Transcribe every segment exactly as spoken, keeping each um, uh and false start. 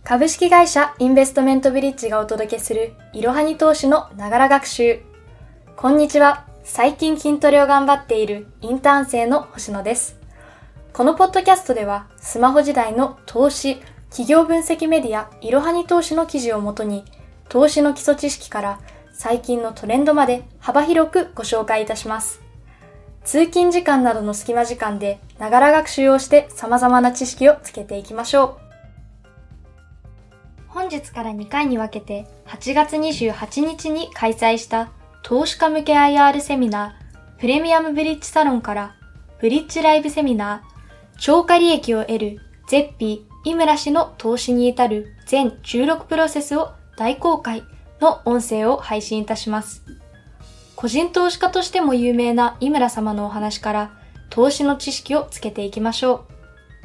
株式会社インベストメントブリッジがお届けするいろはに投資のながら学習。こんにちは。最近筋トレを頑張っているインターン生の星野です。このポッドキャストではスマホ時代の投資、企業分析メディアいろはに投資の記事をもとに投資の基礎知識から最近のトレンドまで幅広くご紹介いたします。通勤時間などの隙間時間でながら学習をして様々な知識をつけていきましょう。本日からにかいに分けてはちがつにじゅうはちにちに開催した投資家向け アイアール セミナープレミアムブリッジサロンからブリッジライブセミナー超過利益を得るゼッピー井村氏の投資に至る全じゅうろくプロセスを大公開の音声を配信いたします。個人投資家としても有名な井村様のお話から投資の知識をつけていきましょ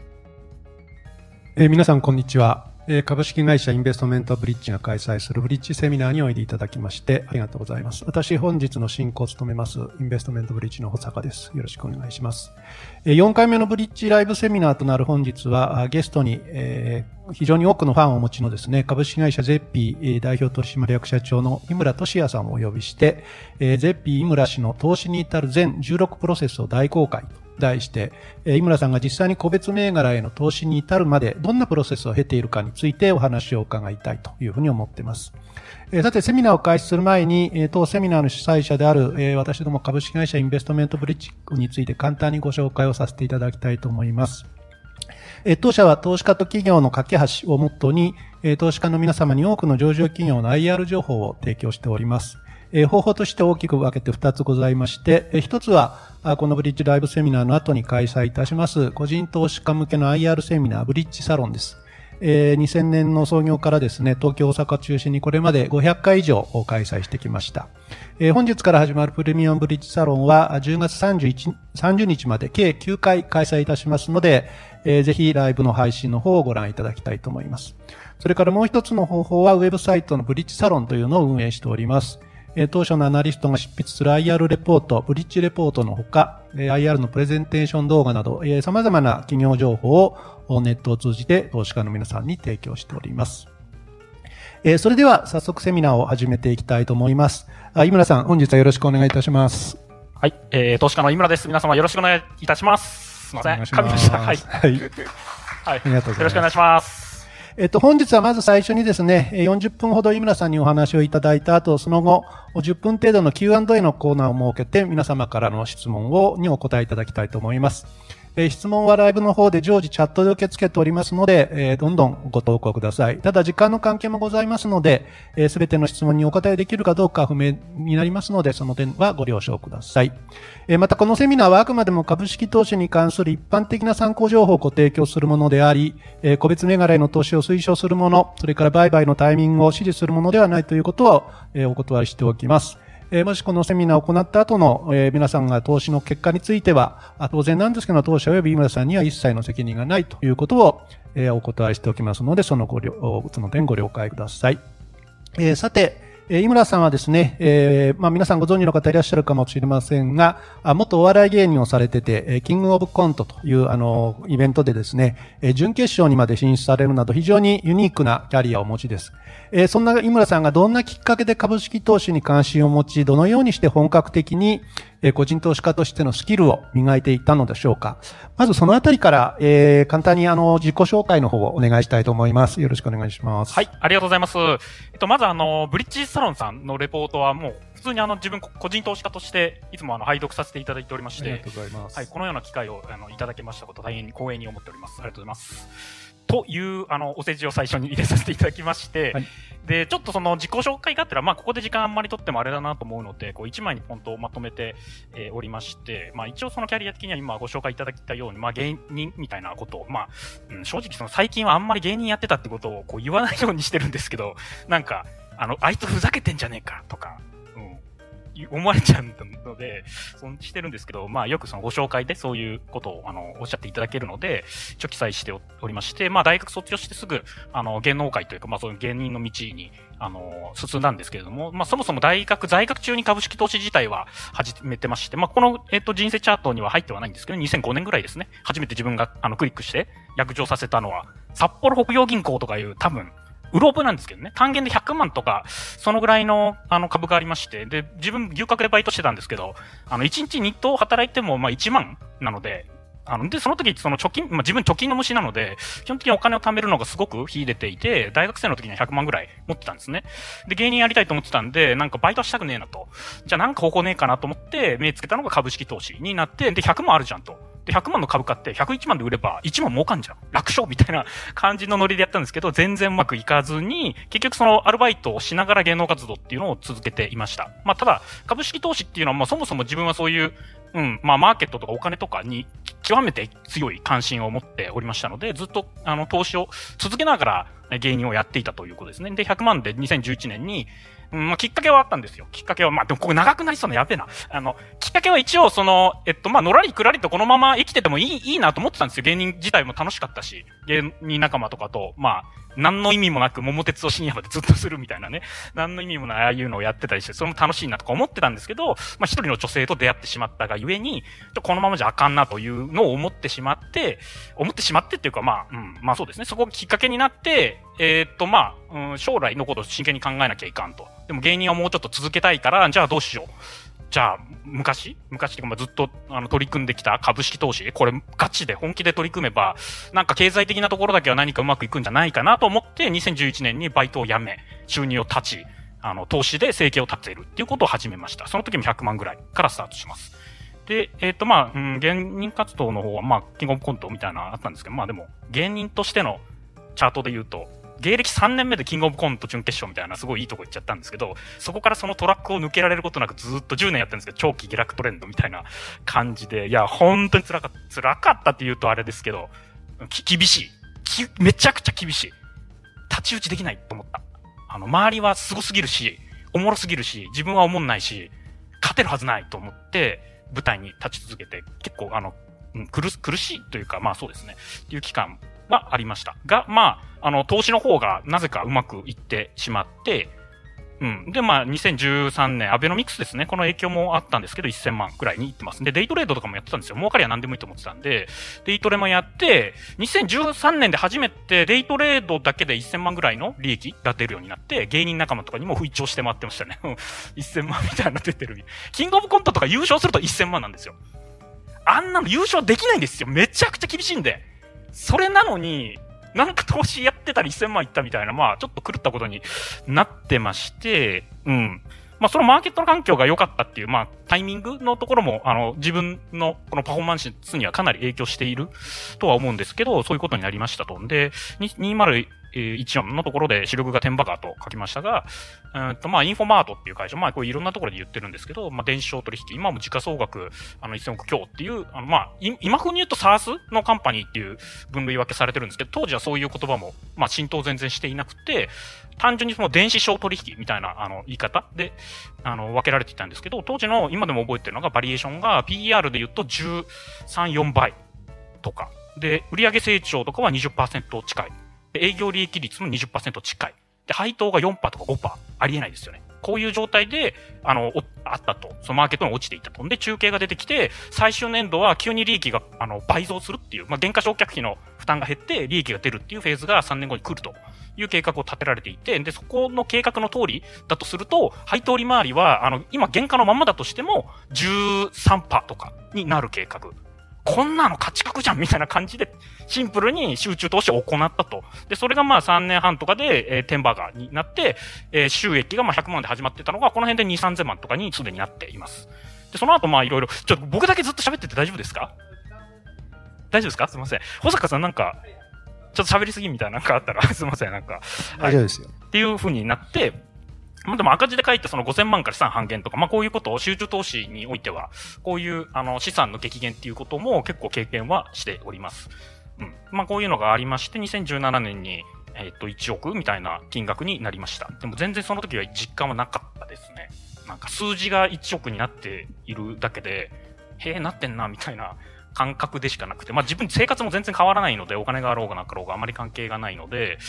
う。えー、皆さんこんにちは。株式会社インベストメントブリッジが開催するブリッジセミナーにおいでいただきましてありがとうございます。私本日の進行を務めますインベストメントブリッジの保坂です。よろしくお願いします。よんかいめのブリッジライブセミナーとなる本日はゲストに非常に多くのファンをお持ちのですね、株式会社ゼッピー代表取締役社長の井村俊也さんをお呼びして、ゼッピー井村氏の投資に至る全じゅうろくプロセスを大公開と題して、井村さんが実際に個別銘柄への投資に至るまでどんなプロセスを経ているかについてお話を伺いたいというふうに思っています。さて、セミナーを開始する前に、当セミナーの主催者である私ども株式会社インベストメントブリッジについて簡単にご紹介をさせていただきたいと思います。当社は投資家と企業の架け橋をモットーに、投資家の皆様に多くの上場企業の アイアール 情報を提供しております。方法として大きく分けてふたつございまして、ひとつはこのブリッジライブセミナーの後に開催いたします個人投資家向けの アイアール セミナーブリッジサロンです。にせんねんの創業からですね、東京大阪中心にこれまでごひゃっかい以上開催してきました。本日から始まるプレミアムブリッジサロンはじゅうがつさんじゅうにちまで計きゅうかい開催いたしますので、ぜひライブの配信の方をご覧いただきたいと思います。それからもう一つの方法はウェブサイトのブリッジサロンというのを運営しております。当社のアナリストが執筆する アイアール レポート、ブリッジレポートのほか、アイアール のプレゼンテーション動画など、様々な企業情報をネットを通じて投資家の皆さんに提供しております。それでは早速セミナーを始めていきたいと思います。井村さん、本日はよろしくお願いいたします。 はい、えー、投資家の井村です。皆様よろしくお願いいたします。すみません。 お願いします。 噛みました。はい。 はい。 はい。ありがとうございます。よろしくお願いします。 えっと、本日はまず最初にですね、よんじゅっぷんほど井村さんにお話をいただいた後、その後、じゅっぷん程度の キューアンドエー のコーナーを設けて、皆様からの質問を、にお答えいただきたいと思います。え質問はライブの方で常時チャットで受け付けておりますので、えー、どんどんご投稿ください。ただ時間の関係もございますので、す、えー、べ、ての質問にお答えできるかどうか不明になりますので、その点はご了承ください。えー、またこのセミナーはあくまでも株式投資に関する一般的な参考情報をご提供するものであり、えー、個別銘柄への投資を推奨するもの、それから売買のタイミングを指示するものではないということを、えー、お断りしておきます。えー、もしこのセミナーを行った後の、えー、皆さんが投資の結果については、当然なんですけど、当社及び井村さんには一切の責任がないということを、えー、お断りしておきますので、そのご了、その点ご了解ください。えー、さて、井村さんはですね、えー、まあ皆さんご存知の方いらっしゃるかもしれませんが、元お笑い芸人をされてて、キングオブコントというあの、イベントでですね、準決勝にまで進出されるなど非常にユニークなキャリアをお持ちです。えー、そんな井村さんがどんなきっかけで株式投資に関心を持ち、どのようにして本格的に個人投資家としてのスキルを磨いていったのでしょうか。まずそのあたりから、えー、簡単にあの、自己紹介の方をお願いしたいと思います。よろしくお願いします。 はい、ありがとうございます。えっと、まずあの、ブリッジサロンさんのレポートはもう、普通にあの、自分個人投資家として、いつもあの、拝読させていただいておりまして、 ありがとうございます。 はい、このような機会をあの、いただけましたこと、大変光栄に思っております。ありがとうございます。という、あの、お世辞を最初に入れさせていただきまして、はい、で、ちょっとその自己紹介があったら、まあ、ここで時間あんまり取ってもあれだなと思うので、こう、一枚にポンとまとめて、えー、おりまして、まあ、一応そのキャリア的には今ご紹介いただいたように、まあ、芸人みたいなことを、まあ、うん、正直その最近はあんまり芸人やってたってことをこう言わないようにしてるんですけど、なんか、あの、あいつふざけてんじゃねえか、とか、思われちゃうので、そうしてるんですけど、まあよくそのご紹介でそういうことをあのおっしゃっていただけるので、一応記載しておりまして、まあ大学卒業してすぐ、あの芸能界というか、まあそういう芸人の道に、あの、進んだんですけれども、まあそもそも大学在学中に株式投資自体は始めてまして、まあこの、えっと、人生チャートには入ってはないんですけど、にせんごねんぐらいですね、初めて自分があのクリックして、約定させたのは、 札幌北洋銀行とかいう多分、うろ覚えなんですけどね。単元でひゃくまんとか、そのぐらいの、あの、株がありまして、で、自分、牛角でバイトしてたんですけど、あの、いちにち日当働いても、まあ、いちまんなので、あの、で、その時、その貯金、まあ、自分貯金の虫なので、基本的にお金を貯めるのがすごく秀でていて、大学生の時にはひゃくまんぐらい持ってたんですね。で、芸人やりたいと思ってたんで、なんかバイトしたくねえなと。じゃあなんか方法ねえかなと思って、目つけたのが株式投資になって、で、ひゃくまんあるじゃんと。で、ひゃくまんの株買ってひゃくいちまんで売ればいちまん儲かんじゃん。楽勝みたいな感じのノリでやったんですけど、全然うまくいかずに、結局そのアルバイトをしながら芸能活動っていうのを続けていました。まあ、ただ、株式投資っていうのは、まあ、そもそも自分はそういう、うん、まあ、マーケットとかお金とかに極めて強い関心を持っておりましたので、ずっと、あの、投資を続けながら芸人をやっていたということですね。で、ひゃくまんでにせんじゅういちねんに、うん、まあ、きっかけはあったんですよ。きっかけは、まあ、でもここ長くなりそうな、やべえな。あの、きっかけは一応、その、えっと、まあ、のらりくらりとこのまま生きててもいい、いいなと思ってたんですよ。芸人自体も楽しかったし、芸人仲間とかと、まあ、何の意味もなく桃鉄を深夜までずっとするみたいなね。何の意味もないああいうのをやってたりして、それも楽しいなとか思ってたんですけど、まあ、一人の女性と出会ってしまったがゆえに、このままじゃあかんなというのを思ってしまって、思ってしまってっていうか、まあ、うん、まあそうですね。そこがきっかけになって、えー、っと、まあ、うん、将来のことを真剣に考えなきゃいかんと。でも芸人はもうちょっと続けたいから、じゃあどうしよう。じゃあ、昔昔っていうか、まあ、ずっと、あの、取り組んできた株式投資これ、ガチで本気で取り組めば、なんか経済的なところだけは何かうまくいくんじゃないかなと思って、にせんじゅういちねんにバイトを辞め、収入を断ち、あの、投資で生計を立てるっていうことを始めました。その時もひゃくまんぐらいからスタートします。で、えっと、まあ、うん、芸人活動の方は、まあ、キングオブコントみたいなのあったんですけど、まあでも、芸人としてのチャートで言うと、芸歴さんねんめでキングオブコント準決勝みたいなすごいいいとこ行っちゃったんですけど、そこからそのトラックを抜けられることなくずっとじゅうねんやってるんですけど、長期下落トレンドみたいな感じで、いや、本当に辛かった。辛かったって言うとあれですけど、き、厳しい。き、めちゃくちゃ厳しい。太刀打ちできないと思った。あの、周りはすごすぎるし、おもろすぎるし、自分はおもんないし、勝てるはずないと思って、舞台に立ち続けて、結構あの、苦、苦しいというか、まあそうですね。っていう期間はありました。が、まあ、あの、投資の方がなぜかうまくいってしまって、うん。で、まあ、にせんじゅうさんねん、アベノミクスですね。この影響もあったんですけど、せんまんくらいにいってます。で、デイトレードとかもやってたんですよ。儲かりは何でもいいと思ってたんで、デイトレもやって、にせんじゅうさんねんで初めてデイトレードだけでせんまんぐらいの利益が出るようになって、芸人仲間とかにも吹聴して回ってましたね。せんまんみたいな出てる。キングオブコントとか優勝するとせんまんなんですよ。あんなの優勝できないんですよ。めちゃくちゃ厳しいんで。それなのに、なんか投資やってたらせんまんいったみたいな、まあ、ちょっと狂ったことになってまして、うん。まあ、そのマーケットの環境が良かったっていう、まあ、タイミングのところも、あの、自分のこのパフォーマンスにはかなり影響しているとは思うんですけど、そういうことになりましたと。で、にせんいちよんのところで主力がテンバガーと書きましたが、うんと、まあ、インフォマートっていう会社、まあ、こういろんなところで言ってるんですけど、まあ、電子商取引、今も時価総額、あの、せんおく強っていう、あの、まあ、今風に言うと SaaS のカンパニーっていう分類分けされてるんですけど、当時はそういう言葉も、まあ、浸透全然していなくて、単純にその電子商取引みたいな、あの、言い方で、あの、分けられていたんですけど、当時の、今でも覚えてるのが、バリエーションが ピーイーアール で言うとじゅうさん、よんばいとか、で、売上成長とかは にじゅっパーセント 近い。営業利益率も にじゅっパーセント 近い。で、配当が よんパーセント とか ごパーセント。ありえないですよね。こういう状態で、あの、あったと。そのマーケットに落ちていったと。で、中継が出てきて、最終年度は急に利益が、あの、倍増するっていう、まあ、減価償却費の負担が減って利益が出るっていうフェーズがさんねんごに来るという計画を立てられていて、で、そこの計画の通りだとすると、配当利回りは、あの、今原価のままだとしても じゅうさんパーセント とかになる計画。こんなの価値格じゃんみたいな感じで、シンプルに集中投資を行ったと。で、それがまあさんねんはんとかで、えー、テンバーガーになって、えー、収益がまあひゃくまんで始まってたのが、この辺でに、さんぜんまんとかにすでになっています。で、その後まあいろいろ、ちょっと僕だけずっと喋ってて大丈夫ですか？大丈夫ですか？すいません。保坂さんなんか、ちょっと喋りすぎみたいななんかあったら、すいません、なんか。 大丈夫ですよ。 っていう風になって、まあ、でも赤字で書いてそのごせんまんから資産半減とか、まあこういうことを集中投資においては、こういうあの資産の激減っていうことも結構経験はしております。うん。まあこういうのがありまして、にせんじゅうななねんに、えっと、いちおくみたいな金額になりました。でも全然その時は実感はなかったですね。なんか数字がいちおくになっているだけで、へえ、なってんな、みたいな感覚でしかなくて、まあ自分生活も全然変わらないので、お金があろうがなかろうがあまり関係がないので、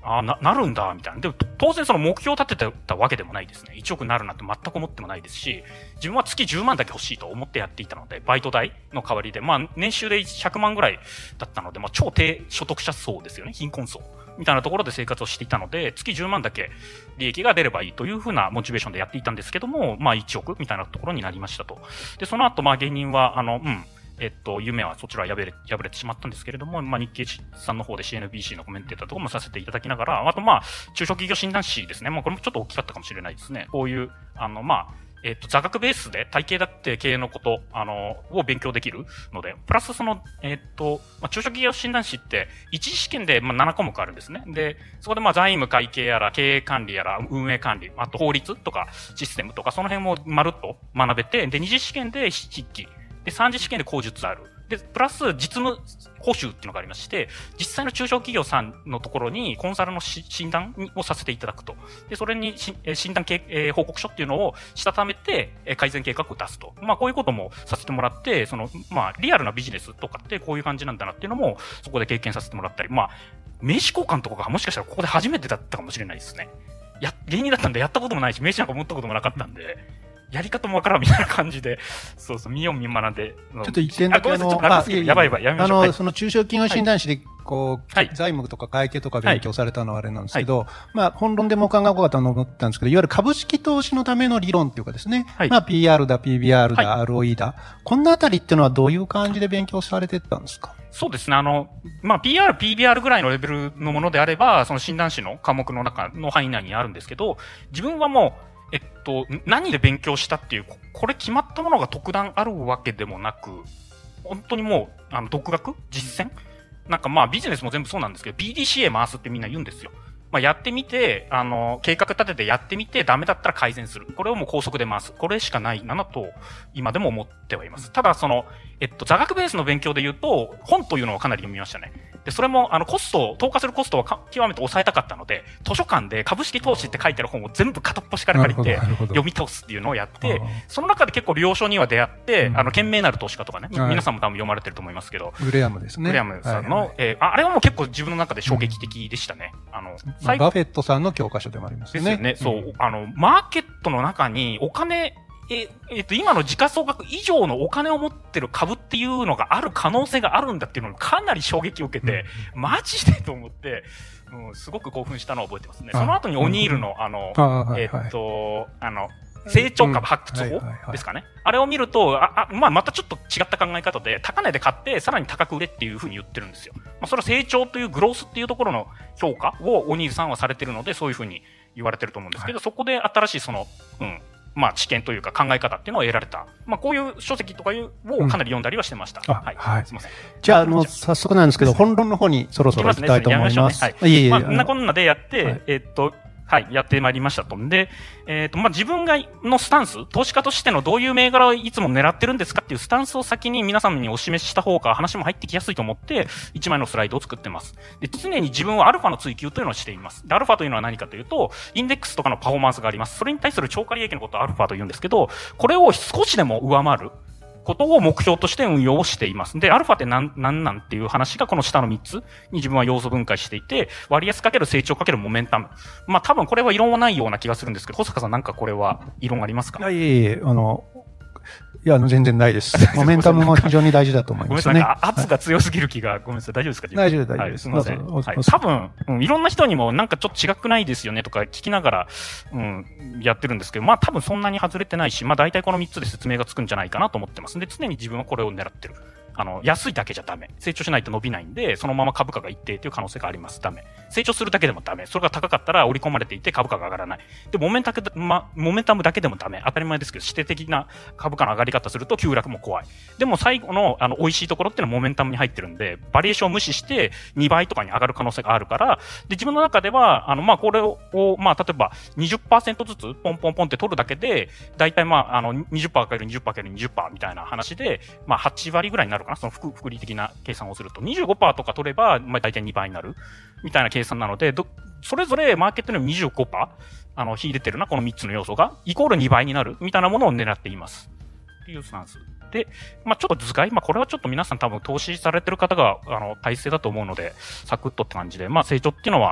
あな、なるんだ、みたいな。でも、当然その目標を立ててたわけでもないですね。いちおくになるなんて全く思ってもないですし、自分は月じゅうまんだけ欲しいと思ってやっていたので、バイト代の代わりで、まあ、年収でひゃくまんぐらいだったので、まあ、超低所得者層ですよね。貧困層。みたいなところで生活をしていたので、月じゅうまんだけ利益が出ればいいというふうなモチベーションでやっていたんですけども、まあ、いちおくみたいなところになりましたと。で、その後、まあ、芸人は、あの、うん。えっと、夢はそちらは破れ、破れてしまったんですけれども、まあ、日経さんの方で シーエヌビーシー のコメンテーターとかもさせていただきながら、あとまあ、中小企業診断士ですね。まあ、これもちょっと大きかったかもしれないですね。こういう、あの、まあ、えっと、座学ベースで体系だって経営のこと、あの、を勉強できるので、プラスその、えっと、まあ、中小企業診断士って、一次試験でまあななこもくあるんですね。で、そこでまあ、財務会計やら、経営管理やら、運営管理、あと法律とか、システムとか、その辺もまるっと学べて、で、二次試験で筆記、で、三次試験で口述ある。で、プラス実務報酬っていうのがありまして、実際の中小企業さんのところにコンサルの診断をさせていただくと。で、それにし診断計、えー、報告書っていうのをしたためて、改善計画を出すと。まあ、こういうこともさせてもらって、その、まあ、リアルなビジネスとかってこういう感じなんだなっていうのも、そこで経験させてもらったり、まあ、名刺交換とかがもしかしたらここで初めてだったかもしれないですね。や、芸人だったんでやったこともないし、名刺なんか持ったこともなかったんで、やり方もわからんみたいな感じで、そうそう、見よう見学んで。 ちょっと一点だけあの、 あ、やばいやばい、やめましょう。 あの、その中小企業診断士で、こう、財務とか会計とか勉強されたのはあれなんですけど、まあ、本論でも考えようかと思ったんですけど、いわゆる株式投資のための理論っていうかですね、まあ、ピーアール だ、ピービーアール だ、アールオーイー だ、こんなあたりっていうのはどういう感じで勉強されてたんですか？ そうですね。あの、まあ、ピーアール、ピービーアール ぐらいのレベルのものであれば、その診断士の科目の中の範囲内にあるんですけど、自分はもう、えっと、何で勉強したっていう、これ決まったものが特段あるわけでもなく、本当にもう、あの、独学実践なんかまあビジネスも全部そうなんですけど、ピーディーシーエー 回すってみんな言うんですよ。まあやってみて、あの、計画立ててやってみて、ダメだったら改善する。これをもう高速で回す。これしかないなと、今でも思ってはいます。ただその、えっと、座学ベースの勉強で言うと、本というのをかなり読みましたね。で、それも、あの、コストを、投下するコストを極めて抑えたかったので、図書館で株式投資って書いてある本を全部片っ端から借りて、読み通すっていうのをやって、その中で結構領書には出会って、あの、賢明なる投資家とかね、皆さんも多分読まれてると思いますけど、 グレアムですね。 グレアムさんの、えあれはもう結構自分の中で衝撃的でしたね。あの、 バフェットさんの教科書でもありますよね。 ですよね。そう、あの、マーケットの中にお金、え、えっと、今の時価総額以上のお金を持ってる株っていうのがある可能性があるんだっていうのにかなり衝撃を受けて、うん、マジでと思って、うん、すごく興奮したのを覚えてますね。その後にオニールの、あの、あえっと、あの、成長株発掘法ですかね。あれを見ると、あ、あ、まあ、またちょっと違った考え方で、高値で買って、さらに高く売れっていうふうに言ってるんですよ。まあ、それは成長というグロースっていうところの評価をオニールさんはされてるので、そういうふうに言われてると思うんですけど、はい、そこで新しいその、うん、まあ、知見というか考え方っていうのを得られた。まあ、こういう書籍とかいうをかなり読んだりはしてました。うん、はい。はい。すみません。 じゃあ、あの、早速なんですけど、本論の方にそろそろ行きたいと思います。ますね、 はい。いえいえ。まあ、こんなこんなでやって、はい、えっと、はい、やってまいりましたと。で、えっと、まあ、自分が、のスタンス、投資家としてのどういう銘柄をいつも狙ってるんですかっていうスタンスを先に皆様にお示しした方が話も入ってきやすいと思って、一枚のスライドを作ってます。で、常に自分はアルファの追求というのをしています。で、アルファというのは何かというと、インデックスとかのパフォーマンスがあります。それに対する超過利益のことをアルファと言うんですけど、これを少しでも上回ることを目標として運用をしています。で、アルファって何、何なんっていう話がこの下のみっつに自分は要素分解していて、割安かける成長かけるモメンタム。まあ多分これは異論はないような気がするんですけど、保坂さんなんかこれは異論ありますか？ いやいえいえ、あの、いや、全然ないです。モメンタムも非常に大事だと思いますね。 ごめんなさい、圧が強すぎる気が、ごめんなさい、大丈夫ですか？ 大丈夫、大丈夫です。 はい、すみません。はい、多分、うん、いろんな人にもなんかちょっと違くないですよねとか聞きながら、うん、やってるんですけど、まあ多分そんなに外れてないし、まあ大体このみっつで説明がつくんじゃないかなと思ってます。で、常に自分はこれを狙ってる。あの、安いだけじゃダメ。成長しないと伸びないんで、そのまま株価が一定という可能性があります。ダメ。成長するだけでもダメ。それが高かったら織り込まれていて株価が上がらない。で、モメンタム、ま、モメンタムだけでもダメ。当たり前ですけど、指定的な株価の上がり方すると急落も怖い。でも最後の、あの、美味しいところっていうのはモメンタムに入ってるんで、バリエーションを無視してにばいとかに上がる可能性があるから、で、自分の中では、あの、まあ、これを、まあ、例えば にじゅっパーセント ずつポンポンポンって取るだけで、だいたいまあ、あの、にじゅっパーセントかけるにじゅっパーセントかけるにじゅっパーセント みたいな話で、まあ、はちわりぐらいになるかな。その複利的な計算をすると にじゅうごパーセント とか取れば、まあ、大体にばいになるみたいな計算なので、どそれぞれマーケットにも にじゅうごパーセント あの、秀でてるな、このみっつの要素が、イコールにばいになるみたいなものを狙っています。っていうスタンス。で、まあちょっと図解、まあこれはちょっと皆さん多分投資されてる方が、あの、大勢だと思うので、サクッとって感じで、まあ成長っていうのは、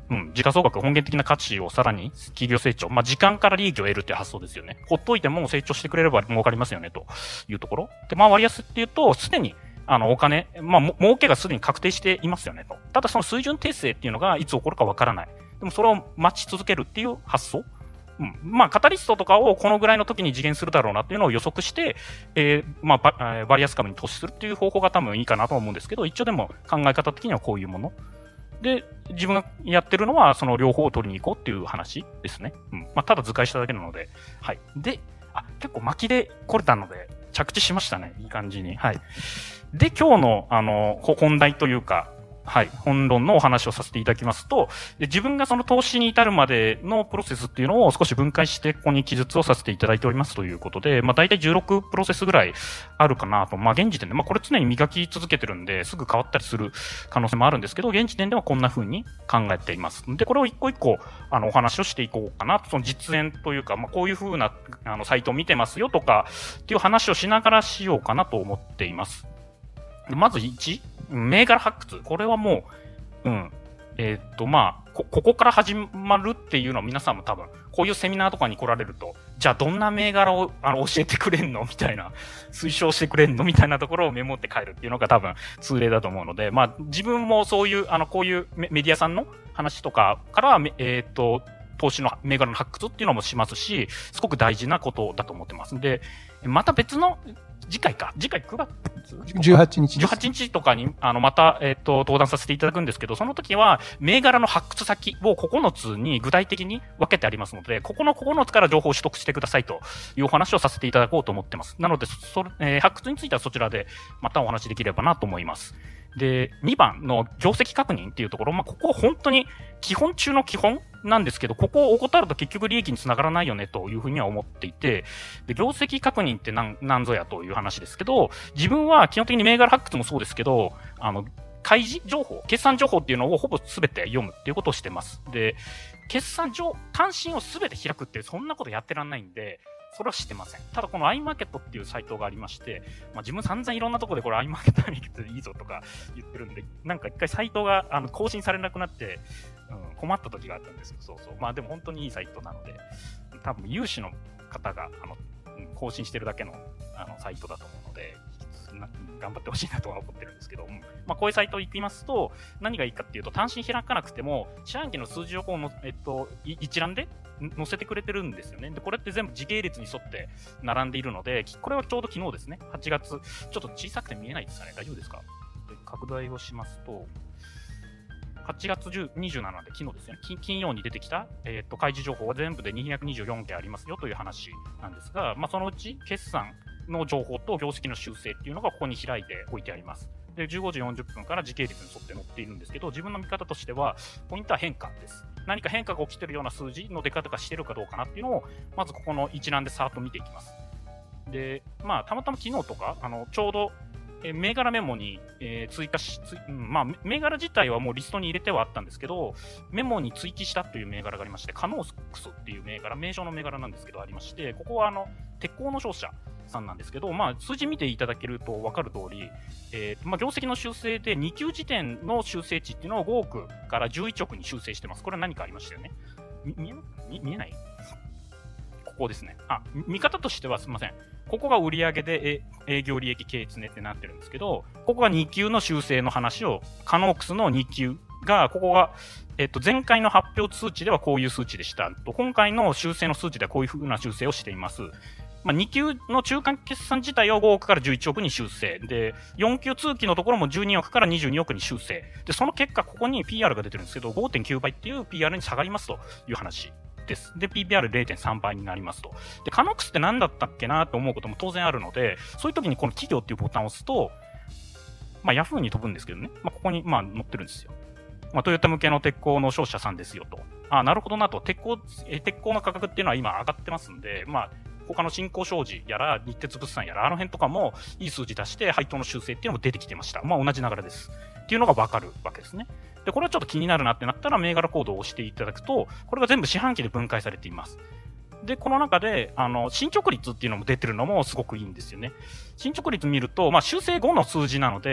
うん、時価総額本源的な価値をさらに企業成長、まあ、時間から利益を得るっていう発想ですよね。ほっといても成長してくれれば儲かりますよね、というところ。で、まあ、割安っていうと、すでに、あの、お金、まあ、も、儲けがすでに確定していますよね、と。ただその水準訂正っていうのがいつ起こるかわからない。でもそれを待ち続けるっていう発想。うん。まあ、カタリストとかをこのぐらいの時に実現するだろうなっていうのを予測して、えー、まあ、バ、えー、バリアス株に投資するっていう方法が多分いいかなと思うんですけど、一応でも考え方的にはこういうもの。で、自分がやってるのは、その両方を取りに行こうっていう話ですね。うん。まあ、ただ図解しただけなので。はい。で、あ、結構巻きで来れたので、着地しましたね。いい感じに。はい。で、今日の、あの、本題というか、はい、本論のお話をさせていただきますと、で自分がその投資に至るまでのプロセスっていうのを少し分解して、ここに記述をさせていただいておりますということで、まあ大体じゅうろくプロセスぐらいあるかなと、まあ現時点で、まあこれ常に磨き続けてるんで、すぐ変わったりする可能性もあるんですけど、現時点ではこんな風に考えています。で、これを一個一個、あの、お話をしていこうかなと、その実演というか、まあこういう風な、あの、サイトを見てますよとか、っていう話をしながらしようかなと思っています。まずいち、銘柄発掘。これはもう、うん。えー、っと、まあこ、ここから始まるっていうのは皆さんも多分、こういうセミナーとかに来られると、じゃあどんな銘柄をあの教えてくれんのみたいな、推奨してくれんのみたいなところをメモって帰るっていうのが多分通例だと思うので、まあ自分もそういう、あの、こういうメディアさんの話とかからは、えー、っと、投資の銘柄の発掘っていうのもしますし、すごく大事なことだと思ってます。で、また別の、次回か。次回くがつじゅうはちにち。 じゅうはちにちとかに、あの、また、えっと、登壇させていただくんですけど、その時は、銘柄の発掘先をここのつに具体的に分けてありますので、ここのここのつから情報を取得してくださいというお話をさせていただこうと思ってます。なので、それ、えー、発掘についてはそちらでまたお話できればなと思います。で、にばんの業績確認っていうところ、まあ、ここ本当に基本中の基本なんですけど、ここを怠ると結局利益につながらないよねというふうには思っていて、で、業績確認って何、何ぞやという話ですけど、自分は基本的に銘柄発掘もそうですけど、あの、開示情報、決算情報っていうのをほぼ全て読むっていうことをしてます。で、決算情、関心を全て開くってそんなことやってらんないんで、それは知ってません。ただこの iMarket っていうサイトがありまして、まあ、自分散々いろんなところでこれ iMarket にいいぞとか言ってるんで、なんか一回サイトがあの更新されなくなって、うん、困った時があったんですよ。そうそう。まあでも本当にいいサイトなので、多分有志の方があの更新してるだけのあのサイトだと思うので、頑張ってほしいなとは思ってるんですけど、うん、まあこういうサイトを行きますと、何がいいかっていうと、単身開かなくても、四半期の数字をこうの、えっと、一覧で載せてくれてるんですよね。で、これって全部時系列に沿って並んでいるので、これはちょうど昨日ですね、はちがつ、ちょっと小さくて見えないですかね。大丈夫ですか？で、拡大をしますと、はちがつにじゅうしちなんで昨日ですね、金曜に出てきた、えっと、開示情報は全部でにひゃくにじゅうよんけんありますよという話なんですが、まあそのうち決算の情報と業績の修正っていうのがここに開いておいてあります。で、じゅうごじよんじゅっぷんから時系列に沿って載っているんですけど、自分の見方としては、ポイントは変化です。何か変化が起きているような数字の出方がしているかどうかなっていうのを、まずここの一覧でさーっと見ていきます。で、まあ、たまたま昨日とか、あの、ちょうど、え銘柄メモに、えー、追加し、つうん、まあ、銘柄自体はもうリストに入れてはあったんですけど、メモに追記したという銘柄がありまして、カノークスっていう銘柄、名称の銘柄なんですけどありまして、ここはあの、鉄鋼の商社さんなんですけど、まあ、数字見ていただけると分かる通り、えー、まあ、業績の修正でに級時点の修正値っていうのをごおくからじゅういちおくに修正してます。これは何かありましたよね。み見え見見えないここですね。あ、見方としてはすみません。ここが売上で営業利益経常ってなってるんですけど、ここがに級の修正の話を、カノークスのに級が、ここが、えっと、前回の発表数値ではこういう数値でした。と今回の修正の数値ではこういう風な修正をしています。まあ、に級の中間決算自体をごおくからじゅういちおくに修正。で、よん級通期のところもじゅうにおくからにじゅうにおくに修正。で、その結果、ここに ピーアール が出てるんですけど、ごてんきゅうばいっていう ピーアール に下がりますという話。です。で、ピービーアールれいてんさんばいになりますと。で、カノックスって何だったっけなと思うことも当然あるので、そういう時にこの企業っていうボタンを押すと、まあ、ヤフーに飛ぶんですけどね。まあ、ここに、まあ、載ってるんですよ。まあ、トヨタ向けの鉄鋼の商社さんですよと。あ、なるほどなと。鉄鋼、え、鉄鋼の価格っていうのは今上がってますんで、まあ、他の新興商事やら、日鉄物産やら、あの辺とかもいい数字出して、配当の修正っていうのも出てきてました。まあ、同じ流れです。っていうのがわかるわけですね。で、これはちょっと気になるなってなったら、銘柄コードを押していただくと、これが全部四半期で分解されています。で、この中で、あの、進捗率っていうのも出てるのもすごくいいんですよね。進捗率見ると、まあ、修正後の数字なので、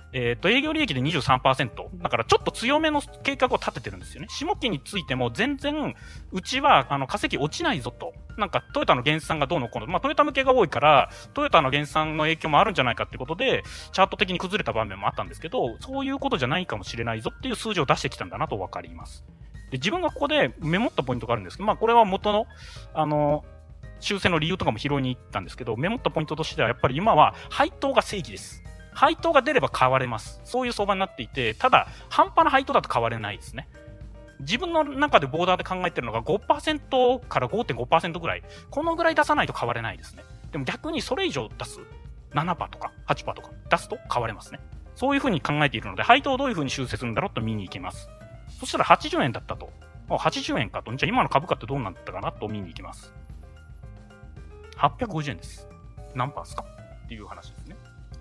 えっと、営業利益で にじゅうさんパーセント。だからちょっと強めの計画を立ててるんですよね。下期についても全然、うちは、あの、化石落ちないぞと。なんか、トヨタの減産がどうのこうの。まあ、トヨタ向けが多いから、トヨタの減産の影響もあるんじゃないかってことで、チャート的に崩れた場面もあったんですけど、そういうことじゃないかもしれないぞっていう数字を出してきたんだなとわかります。で、自分がここでメモったポイントがあるんですけど、まあ、これは元の、あの、修正の理由とかも拾いに行ったんですけど、メモったポイントとしては、やっぱり今は配当が正義です。配当が出れば買われます。そういう相場になっていて、ただ、半端な配当だと買われないですね。自分の中でボーダーで考えてるのが ごパーセント から ごてんごパーセント ぐらい。このぐらい出さないと買われないですね。でも逆にそれ以上出す。ななパーセント とか はちパーセント とか出すと買われますね。そういう風に考えているので、配当をどういう風に修正するんだろうと見に行きます。そしたらはちじゅうえんだったと。はちじゅうえんかと。じゃあ今の株価ってどうなったかなと見に行きます。はっぴゃくごじゅうえんです。何パーですかっていう話ですね。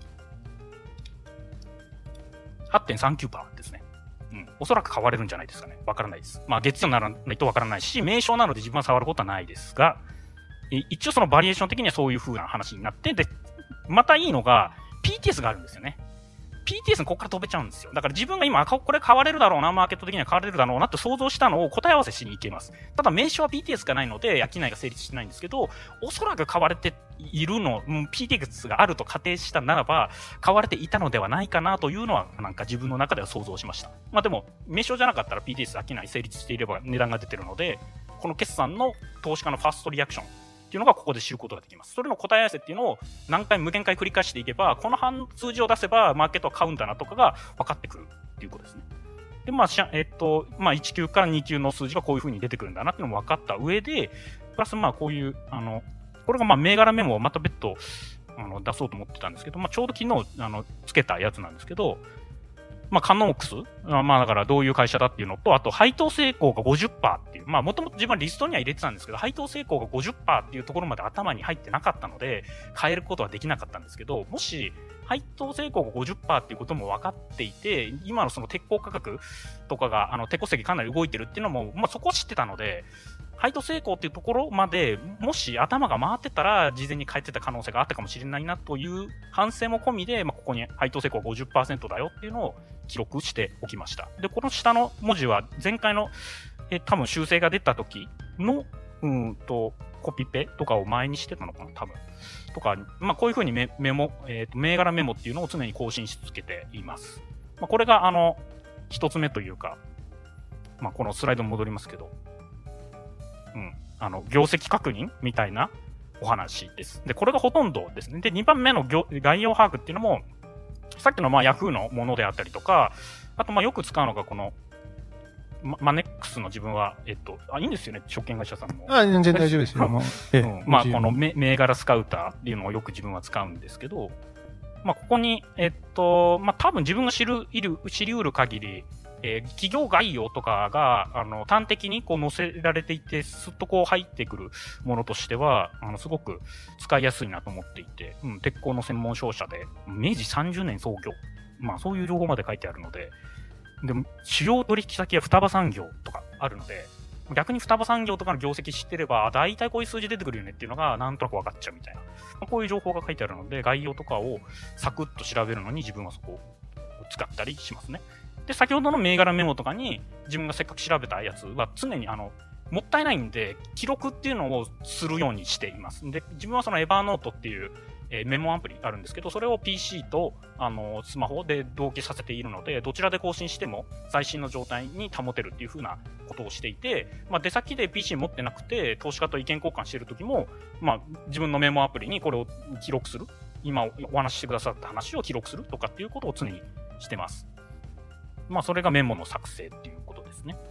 はちてんさんきゅうパーセント ですね。うん。おそらく買われるんじゃないですかね。わからないです。まあ、月曜にならないとわからないし、名称なので自分は触ることはないですが、一応そのバリエーション的にはそういう風な話になって、で、またいいのが、ピーティーエス があるんですよね。ピーティーエス にここから飛べちゃうんですよ。だから自分が今、これ買われるだろうな、マーケット的には買われるだろうなって想像したのを答え合わせしに行けます。ただ名称は ピーティーエス がないので、商いが成立してないんですけど、おそらく買われているの、ピーティーエス があると仮定したならば、買われていたのではないかなというのは、なんか自分の中では想像しました。まあでも、名称じゃなかったら ピーティーエス 商い成立していれば値段が出てるので、この決算の投資家のファーストリアクションっていうのがここで知ることができます。それの答え合わせっていうのを何回無限回繰り返していけば、この半数字を出せばマーケットは買うんだなとかが分かってくるっていうことですね。で、まあ、えっと、まあ、いち級からに級の数字がこういう風に出てくるんだなっていうのも分かった上で、プラスまあ、こういう、あの、これがまあ、銘柄メモをまた別途、あの、出そうと思ってたんですけど、まあ、ちょうど昨日、あの、つけたやつなんですけど、まあ、カノークス、まあ、だからどういう会社だっていうのと、あと、配当成功が ごじゅっパーセント っていう、まあ、もともと自分はリストには入れてたんですけど、配当成功が ごじゅっパーセント っていうところまで頭に入ってなかったので、変えることはできなかったんですけど、もし、配当成功が ごじゅっパーセント っていうことも分かっていて、今のその鉄鋼価格とかが、あの、鉄鉱石かなり動いてるっていうのも、まあ、そこは知ってたので、配当成功っていうところまで、もし頭が回ってたら、事前に変えてた可能性があったかもしれないなという反省も込みで、まあ、ここに配当成功 ごじゅっパーセント だよっていうのを記録しておきました。で、この下の文字は前回の、え、多分修正が出た時の、うんと、コピペとかを前にしてたのかな、多分。とか、まあ、こういう風にメメモ、えっと、銘柄メモっていうのを常に更新し続けています。まあ、これが、あの、一つ目というか、まあ、このスライドに戻りますけど、うん。あの、業績確認みたいなお話です。で、これがほとんどですね。で、にばんめの業概要把握っていうのも、さっきのまあ Yahoo のものであったりとか、あとまあよく使うのがこの、ま、マネックスの自分は、えっと、あ、いいんですよね、証券会社さんも。 あ、全然大丈夫ですよ。もうええ、うん、まあ、この銘柄スカウターっていうのをよく自分は使うんですけど、まあ、ここに、えっと、まあ、多分自分が知る、いる、知り得る限り、えー、企業概要とかが、あの、端的にこう載せられていて、すっとこう入ってくるものとしては、あの、すごく使いやすいなと思っていて、うん、鉄鋼の専門商社で、明治さんじゅうねん創業。まあ、そういう情報まで書いてあるので、でも、主要取引先は双葉産業とかあるので、逆に双葉産業とかの業績知ってれば、だいたいこういう数字出てくるよねっていうのが、なんとなく分かっちゃうみたいな。まあ、こういう情報が書いてあるので、概要とかをサクッと調べるのに自分はそこを使ったりしますね。で、先ほどの銘柄メモとかに自分がせっかく調べたやつは常にあの、もったいないんで、記録っていうのをするようにしています。で、自分はそのエバーノートっていう、えー、メモアプリあるんですけど、それを ピーシー と、あのー、スマホで同期させているので、どちらで更新しても最新の状態に保てるっていう風なことをしていて、まあ、出先で ピーシー 持ってなくて、投資家と意見交換しているときも、まあ、自分のメモアプリにこれを記録する。今お話ししてくださった話を記録するとかっていうことを常にしてます。まあ、それがメモの作成っていうことですね。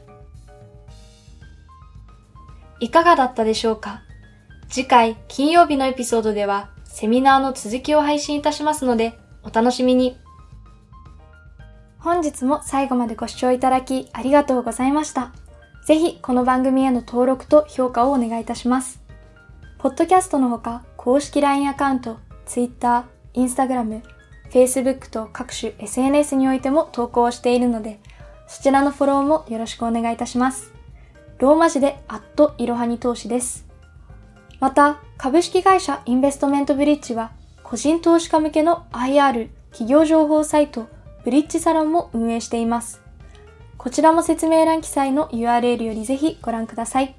いかがだったでしょうか？次回金曜日のエピソードではセミナーの続きを配信いたしますのでお楽しみに。本日も最後までご視聴いただきありがとうございました。ぜひこの番組への登録と評価をお願いいたします。ポッドキャストのほか公式 ライン アカウント、Twitter、Instagram、Facebook と各種 エスエヌエス においても投稿しているので、そちらのフォローもよろしくお願いいたします。ローマ字でアットいろはに投資です。また、株式会社インベストメントブリッジは、個人投資家向けの アイアール 企業情報サイト、 ブリッジサロンも運営しています。こちらも説明欄記載の ユーアールエル よりぜひご覧ください。